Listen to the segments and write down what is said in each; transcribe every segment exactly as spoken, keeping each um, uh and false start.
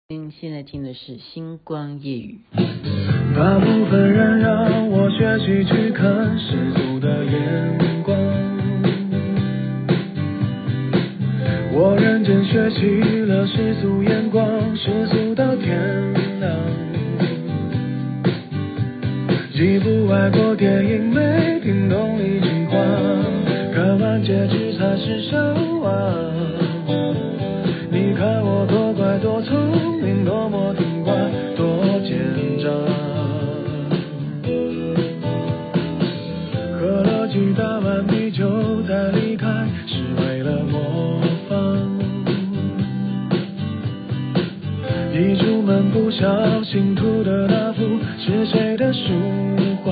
您现在听的是星光夜语。 大部分人让我学习去看世俗的眼光，我认真学习了世俗眼光，世俗到天亮。既不爱过电影，没听懂一句话，看完结局才是神话。你看我多乖多聪明，多么听话，多奸诈。喝了几大碗米酒再离开，是为了模仿。一出门不小心涂的那幅是谁的书画？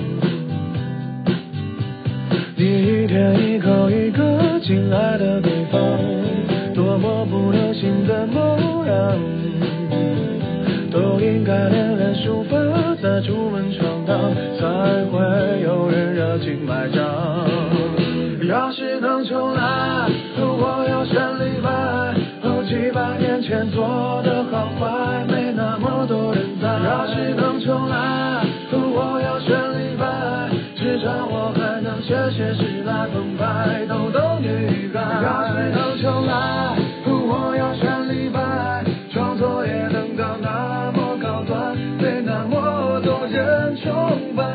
你一天一口一个亲爱的对方，多么不流行的模样，都应该练练书法，再出门闯荡，才会有人热情买账。要是能重来，我要选李白，哦，几百年前做的好坏，没那么多人在。要是能重来，我要选李白，至少我还能写写诗来澎湃，逗逗女孩。要是能重来，我要选李白，创作也能到那么高端，被那么多人崇拜。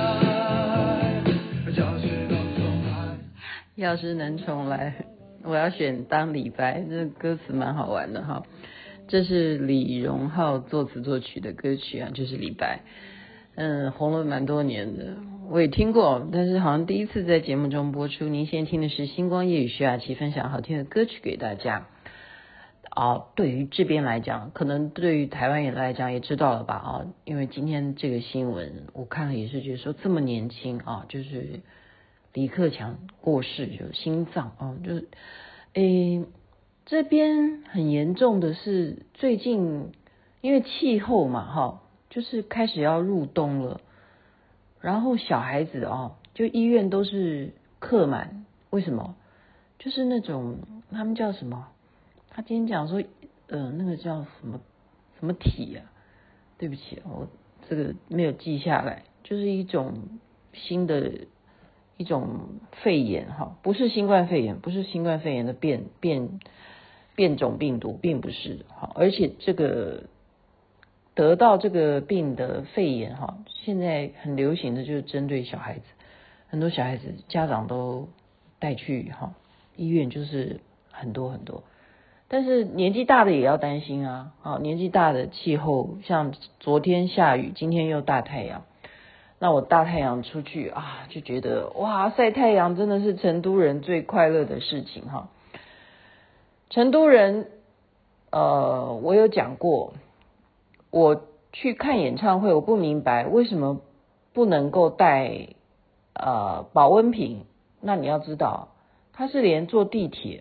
要是能重来，我要选当李白。这歌词蛮好玩的哈。这是李荣浩作词作曲的歌曲啊，就是李白。嗯，红了蛮多年的，我也听过，但是好像第一次在节目中播出。您现在听的是星光夜语，徐雅琪分享好听的歌曲给大家。啊，对于这边来讲，可能对于台湾人来讲也知道了吧啊，因为今天这个新闻我看了也是觉得说这么年轻啊，就是李克强过世，有心脏啊，就是诶这边很严重的是最近因为气候嘛哈，就是开始要入冬了，然后小孩子啊，就医院都是客满，为什么？就是那种他们叫什么？他今天讲说，呃，那个叫什么什么体啊？对不起，我这个没有记下来，就是一种新的一种肺炎哈，不是新冠肺炎，不是新冠肺炎的变变变种病毒，并不是哈，而且这个得到这个病的肺炎哈，现在很流行的就是针对小孩子，很多小孩子家长都带去哈医院，就是很多很多。但是年纪大的也要担心啊，啊，年纪大的气候，像昨天下雨，今天又大太阳，那我大太阳出去啊，就觉得哇，晒太阳真的是成都人最快乐的事情哈。成都人，呃，我有讲过，我去看演唱会，我不明白为什么不能够带呃保温瓶。那你要知道，他是连坐地铁。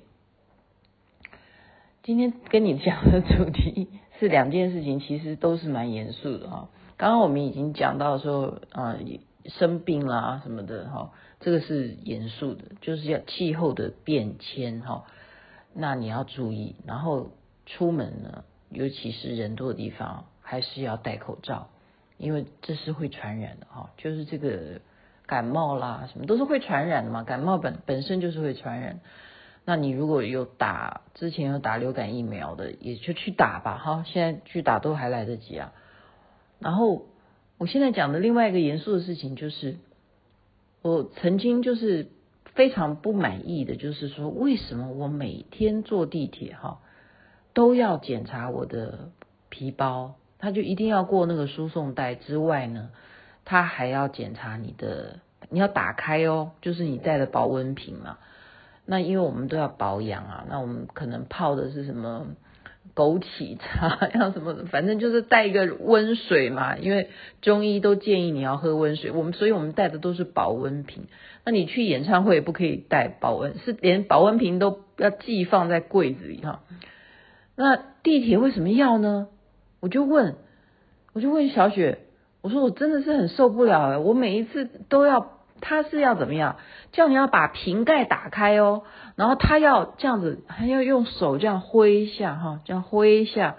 今天跟你讲的主题是两件事情，其实都是蛮严肃的哈。刚刚我们已经讲到说，呃，生病啦什么的哈，这个是严肃的，就是要气候的变迁哈。那你要注意，然后出门呢，尤其是人多的地方，还是要戴口罩，因为这是会传染的哈。就是这个感冒啦，什么都是会传染的嘛，感冒本本身就是会传染。那你如果有打之前有打流感疫苗的，也就去打吧哈，现在去打都还来得及啊。然后我现在讲的另外一个严肃的事情就是，我曾经就是非常不满意的，就是说为什么我每天坐地铁哈都要检查我的皮包，他就一定要过那个输送带之外呢，他还要检查你的，你要打开哦，就是你带的保温瓶嘛。那因为我们都要保养啊，那我们可能泡的是什么枸杞茶，要什么，反正就是带一个温水嘛，因为中医都建议你要喝温水，我们所以我们带的都是保温瓶。那你去演唱会也不可以带保温，是连保温瓶都要寄放在柜子里哈。那地铁为什么要呢？我就问，我就问小雪，我说我真的是很受不了了，我每一次都要。他是要怎么样？叫你要把瓶盖打开哦，然后他要这样子，还要用手这样挥一下哈，这样挥一下，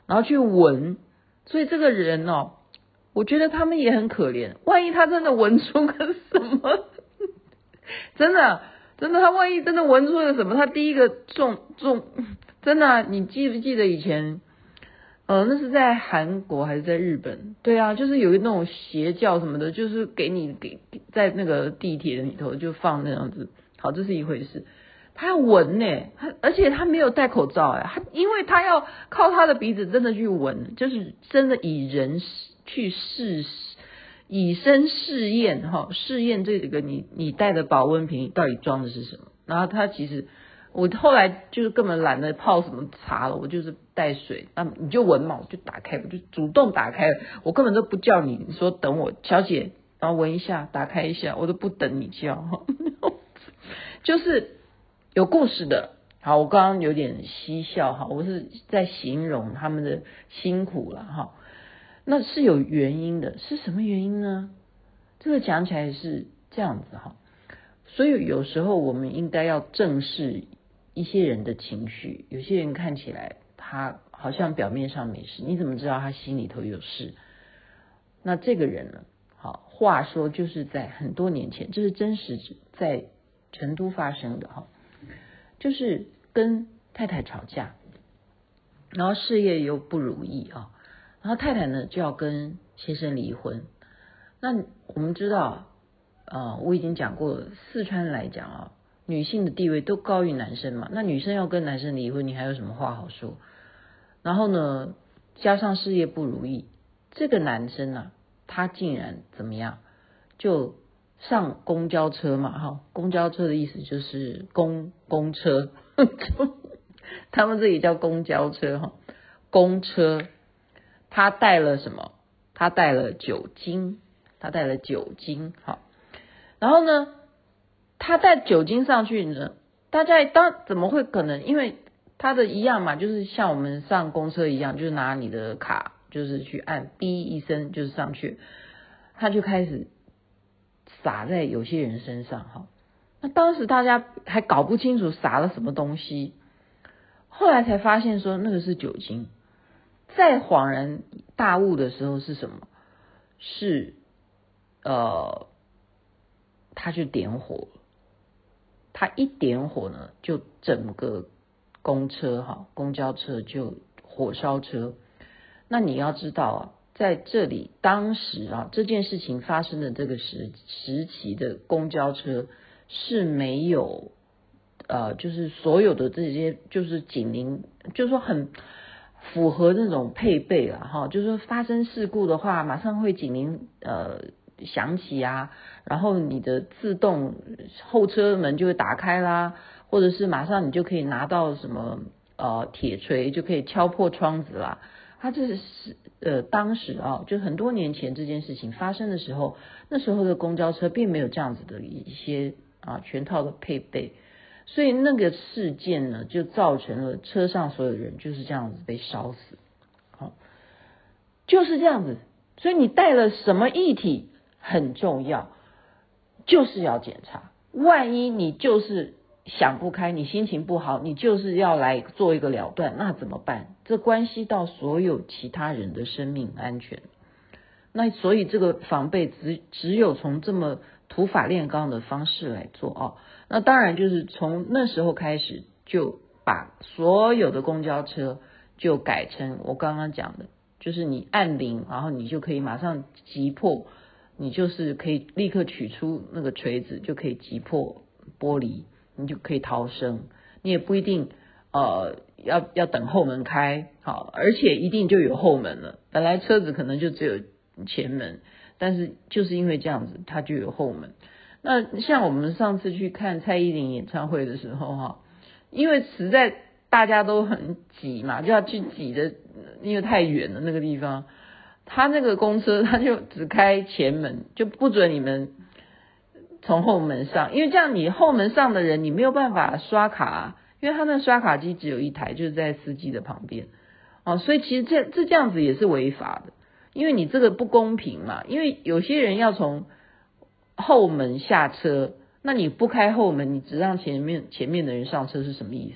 然后去闻，所以这个人哦，我觉得他们也很可怜，万一他真的闻出个什么，真的真的，他万一真的闻出了什么，他第一个中中，真的、啊，你记不记得以前？呃，那是在韩国还是在日本？对啊，就是有那种邪教什么的，就是给你给在那个地铁里头就放那样子。好，这是一回事。他要闻呢，他而且他没有戴口罩哎，他因为他要靠他的鼻子真的去闻，就是真的以人去试以身试验哈，试验这个你你带的保温瓶到底装的是什么。然后他其实。我后来就是根本懒得泡什么茶了，我就是带水，那你就闻嘛，我就打开，我就主动打开，我根本都不叫你，你说等我，小姐，然后闻一下，打开一下，我都不等你叫，就是有故事的。好，我刚刚有点嬉笑哈，我是在形容他们的辛苦了哈，那是有原因的，是什么原因呢？这个讲起来是这样子哈，所以有时候我们应该要正视一些人的情绪，有些人看起来他好像表面上没事，你怎么知道他心里头有事？那这个人呢？好，话说就是在很多年前，这是真实在成都发生的哈，就是跟太太吵架，然后事业又不如意啊，然后太太呢就要跟先生离婚。那我们知道，呃，我已经讲过了，四川来讲啊。女性的地位都高于男生嘛，那女生要跟男生离婚，你还有什么话好说？然后呢，加上事业不如意，这个男生啊，他竟然怎么样？就上公交车嘛，哈，公交车的意思就是公公车，他们这里叫公交车哈，公车，他带了什么？他带了酒精，他带了酒精，好，然后呢？他带酒精上去呢，大家当怎么会可能？因为他的一样嘛，就是像我们上公车一样，就是拿你的卡，就是去按哔一声就是上去，他就开始洒在有些人身上哈。那当时大家还搞不清楚洒了什么东西，后来才发现说那个是酒精。再恍然大悟的时候是什么？是呃，他去点火。他一点火呢，就整个公车哈，公交车就火烧车。那你要知道啊，在这里当时啊，这件事情发生的这个时时期的公交车是没有呃，就是所有的这些就是警铃，就是说很符合那种配备了哈，就是说发生事故的话，马上会警铃呃。响起啊，然后你的自动后车门就会打开啦，或者是马上你就可以拿到什么呃铁锤就可以敲破窗子啦。它这是呃当时啊，就很多年前这件事情发生的时候，那时候的公交车并没有这样子的一些啊全套的配备，所以那个事件呢就造成了车上所有人就是这样子被烧死。好，就是这样子，所以你带了什么液体？很重要，就是要检查。万一你就是想不开，你心情不好，你就是要来做一个了断，那怎么办？这关系到所有其他人的生命安全。那所以这个防备只只有从这么土法炼钢的方式来做哦。那当然就是从那时候开始，就把所有的公交车就改成我刚刚讲的，就是你按铃，然后你就可以马上击破。你就是可以立刻取出那个锤子，就可以击破玻璃，你就可以逃生。你也不一定呃要要等后门开，好，而且一定就有后门了。本来车子可能就只有前门，但是就是因为这样子，它就有后门。那像我们上次去看蔡依林演唱会的时候哈，因为实在大家都很挤嘛，就要去挤的，因为太远了那个地方。他那个公车他就只开前门，就不准你们从后门上，因为这样你后门上的人你没有办法刷卡啊，因为他那刷卡机只有一台，就是在司机的旁边哦，所以其实这这这样子也是违法的，因为你这个不公平嘛，因为有些人要从后门下车，那你不开后门，你只让前面前面的人上车是什么意思？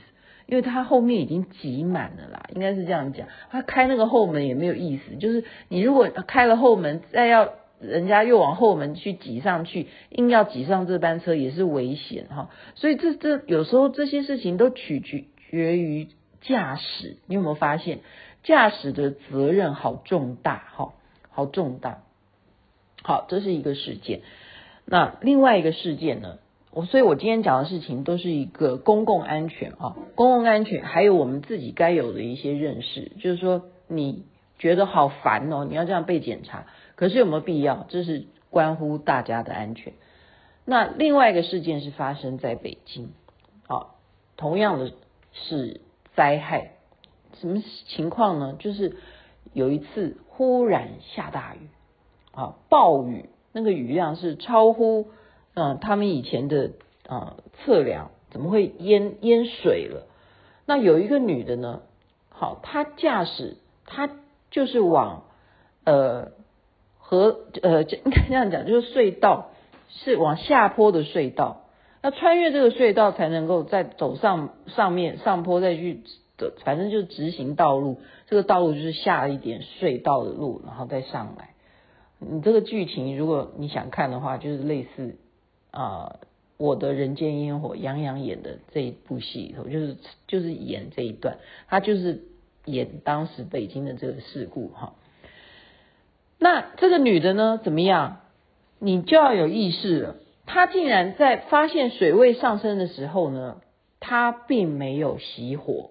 因为他后面已经挤满了啦，应该是这样讲。他开那个后门也没有意思，就是你如果开了后门，再要人家又往后门去挤上去，硬要挤上这班车也是危险哈。所以这这有时候这些事情都取决于驾驶，你有没有发现驾驶的责任好重大哈，好重大。好，这是一个事件。那另外一个事件呢？我所以我今天讲的事情都是一个公共安全啊，公共安全还有我们自己该有的一些认识，就是说你觉得好烦哦，你要这样被检查，可是有没有必要？这是关乎大家的安全。那另外一个事件是发生在北京啊，同样的是灾害，什么情况呢？就是有一次忽然下大雨啊，暴雨，那个雨量是超乎嗯他们以前的啊测量，怎么会淹淹水了？那有一个女的呢，好，她驾驶，她就是往呃河呃应该这样讲，就是隧道是往下坡的隧道，要穿越这个隧道才能够再走上上面上坡再去，反正就是直行道路，这个道路就是下一点隧道的路，然后再上来。你这个剧情如果你想看的话，就是类似啊、呃，我的人间烟火杨洋演的这一部戏里头，就是就是演这一段，他就是演当时北京的这个事故哈。那这个女的呢怎么样？你就要有意识了，她竟然在发现水位上升的时候呢，她并没有熄火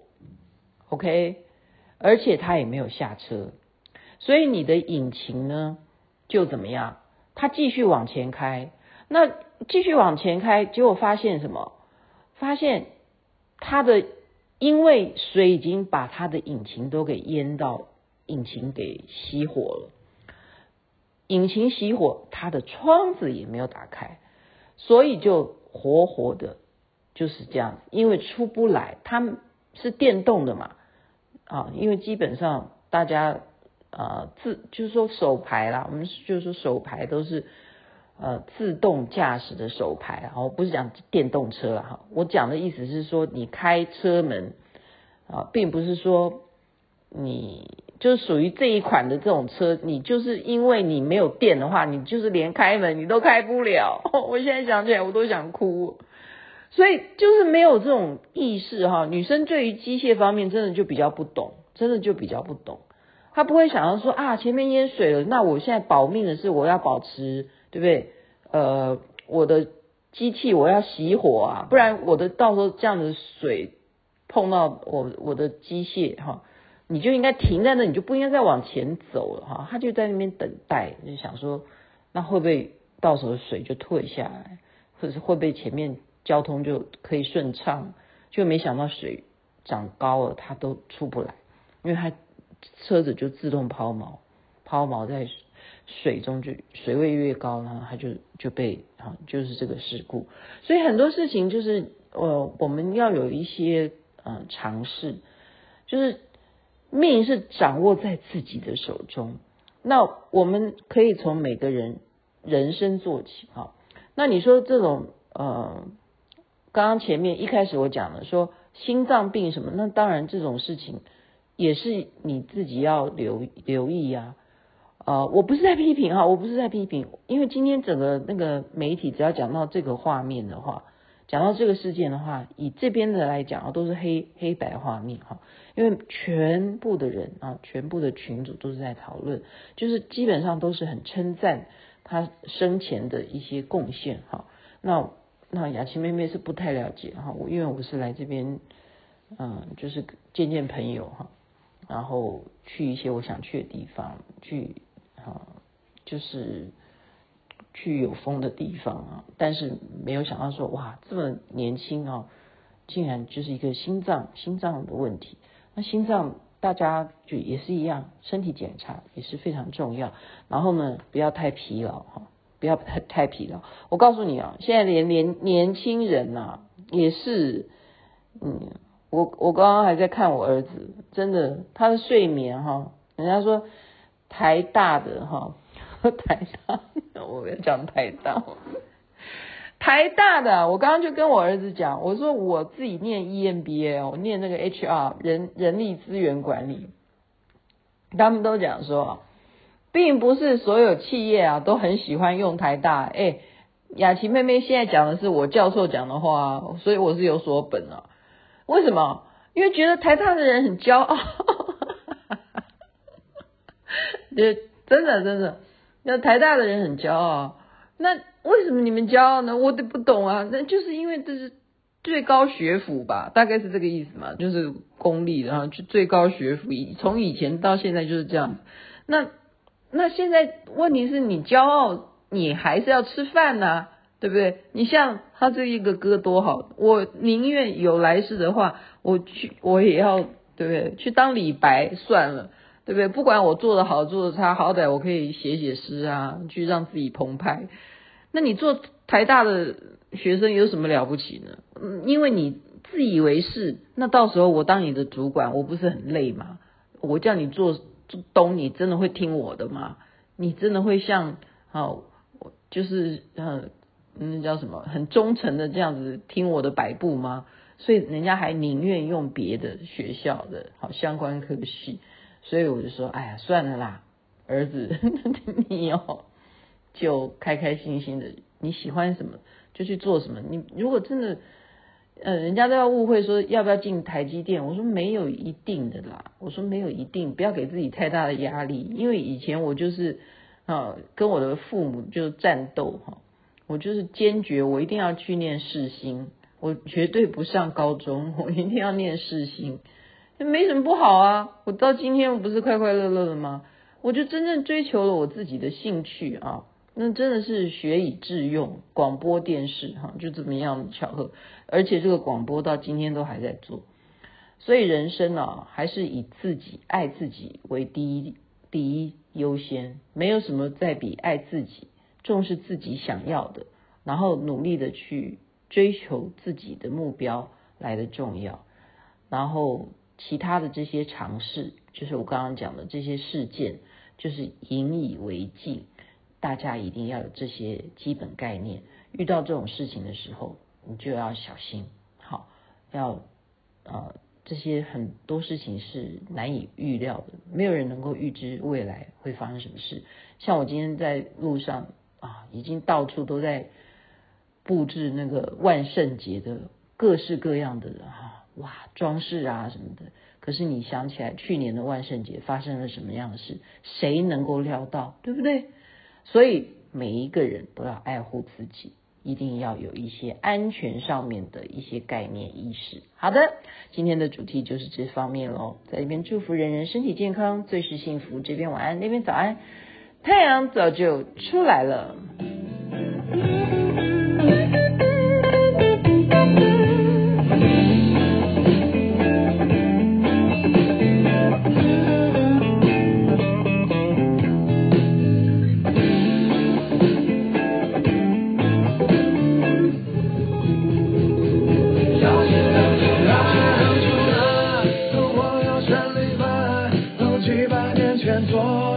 ，OK， 而且她也没有下车，所以你的引擎呢就怎么样？它继续往前开，那继续往前开，结果发现什么？发现它的因为水已经把它的引擎都给淹到，引擎给熄火了。引擎熄火，它的窗子也没有打开，所以就活活的就是这样，因为出不来，它是电动的嘛，啊，因为基本上大家呃自就是说手排啦，我们就是说手排都是呃自动驾驶的手排，我不是讲电动车哈，我讲的意思是说你开车门啊，并不是说你就是属于这一款的这种车，你就是因为你没有电的话，你就是连开门你都开不了。我现在想起来我都想哭，所以就是没有这种意识哈。女生对于机械方面真的就比较不懂，真的就比较不懂。她不会想到说啊，前面淹水了，那我现在保命的是我要保持，对不对？呃，我的机器我要熄火啊，不然我的到时候这样的水碰到我我的机械哈。你就应该停在那，你就不应该再往前走了哈。他就在那边等待，就想说，那会不会到时候水就退下来，或者是会不会前面交通就可以顺畅？就没想到水涨高了，它都出不来，因为它车子就自动抛锚，抛锚在水中就水位越高，然后它就就被啊，就是这个事故。所以很多事情就是呃，我们要有一些呃尝试，就是。命是掌握在自己的手中，那我们可以从每个人人生做起哈。那你说这种呃，刚刚前面一开始我讲的说心脏病什么，那当然这种事情也是你自己要留留意啊。呃，我不是在批评哈，我不是在批评，因为今天整个那个媒体只要讲到这个画面的话，讲到这个事件的话，以这边的来讲啊，都是黑黑白画面哈，因为全部的人啊，全部的群组都是在讨论，就是基本上都是很称赞他生前的一些贡献哈。那那雅琪妹妹是不太了解哈，我因为我是来这边，嗯，就是见见朋友哈，然后去一些我想去的地方，去啊，就是去有风的地方啊，但是没有想到说哇，这么年轻啊，竟然就是一个心脏心脏的问题。那心脏大家就也是一样，身体检查也是非常重要。然后呢，不要太疲劳哈，不要太太疲劳。我告诉你啊，现在连连年轻人啊也是，嗯，我我刚刚还在看我儿子，真的他的睡眠哈，人家说台大的哈。台大，我要讲台大， 台大的，我刚刚就跟我儿子讲，我说我自己念 E M B A 我念那个 H R 人人力资源管理，他们都讲说，并不是所有企业啊都很喜欢用台大。哎，雅琪妹妹现在讲的是我教授讲的话，所以我是有所本啊。为什么？因为觉得台大的人很骄傲，对，真的真的，那台大的人很骄傲。那为什么你们骄傲呢？我都不懂啊。那就是因为这是最高学府吧，大概是这个意思嘛，就是公立的，然后就最高学府，从以前到现在就是这样。那那现在问题是你骄傲，你还是要吃饭啊，对不对？你像他这一个歌多好，我宁愿有来世的话，我去我也要，对不对？去当李白算了，对不对？不管我做的好做的差，好歹我可以写写诗啊，去让自己澎湃。那你做台大的学生有什么了不起呢？嗯，因为你自以为是，那到时候我当你的主管，我不是很累吗？我叫你做东，你真的会听我的吗？你真的会像哦，就是呃，那叫什么，很忠诚的这样子听我的摆布吗？所以人家还宁愿用别的学校的好相关科系，所以我就说，哎呀，算了啦，儿子，你哦。就开开心心的，你喜欢什么就去做什么。你如果真的，呃，人家都要误会说要不要进台积电，我说没有一定的啦，我说没有一定，不要给自己太大的压力。因为以前我就是啊，跟我的父母就战斗哈，我就是坚决我一定要去念世新，我绝对不上高中，我一定要念世新，没什么不好啊。我到今天我不是快快乐乐的吗？我就真正追求了我自己的兴趣啊。那真的是学以致用，广播电视哈，就这么样的巧合，而且这个广播到今天都还在做，所以人生啊，还是以自己爱自己为第一第一优先，没有什么再比爱自己、重视自己想要的，然后努力的去追求自己的目标来的重要，然后其他的这些尝试，就是我刚刚讲的这些事件，就是引以为戒。大家一定要有这些基本概念，遇到这种事情的时候，你就要小心。好，要呃这些很多事情是难以预料的，没有人能够预知未来会发生什么事。像我今天在路上啊，已经到处都在布置那个万圣节的各式各样的啊哇装饰啊什么的。可是你想起来去年的万圣节发生了什么样的事，谁能够料到，对不对？所以每一个人都要爱护自己，一定要有一些安全上面的一些概念意识。好的，今天的主题就是这方面咯，在这边祝福人人身体健康，最是幸福。这边晚安，那边早安，太阳早就出来了。 做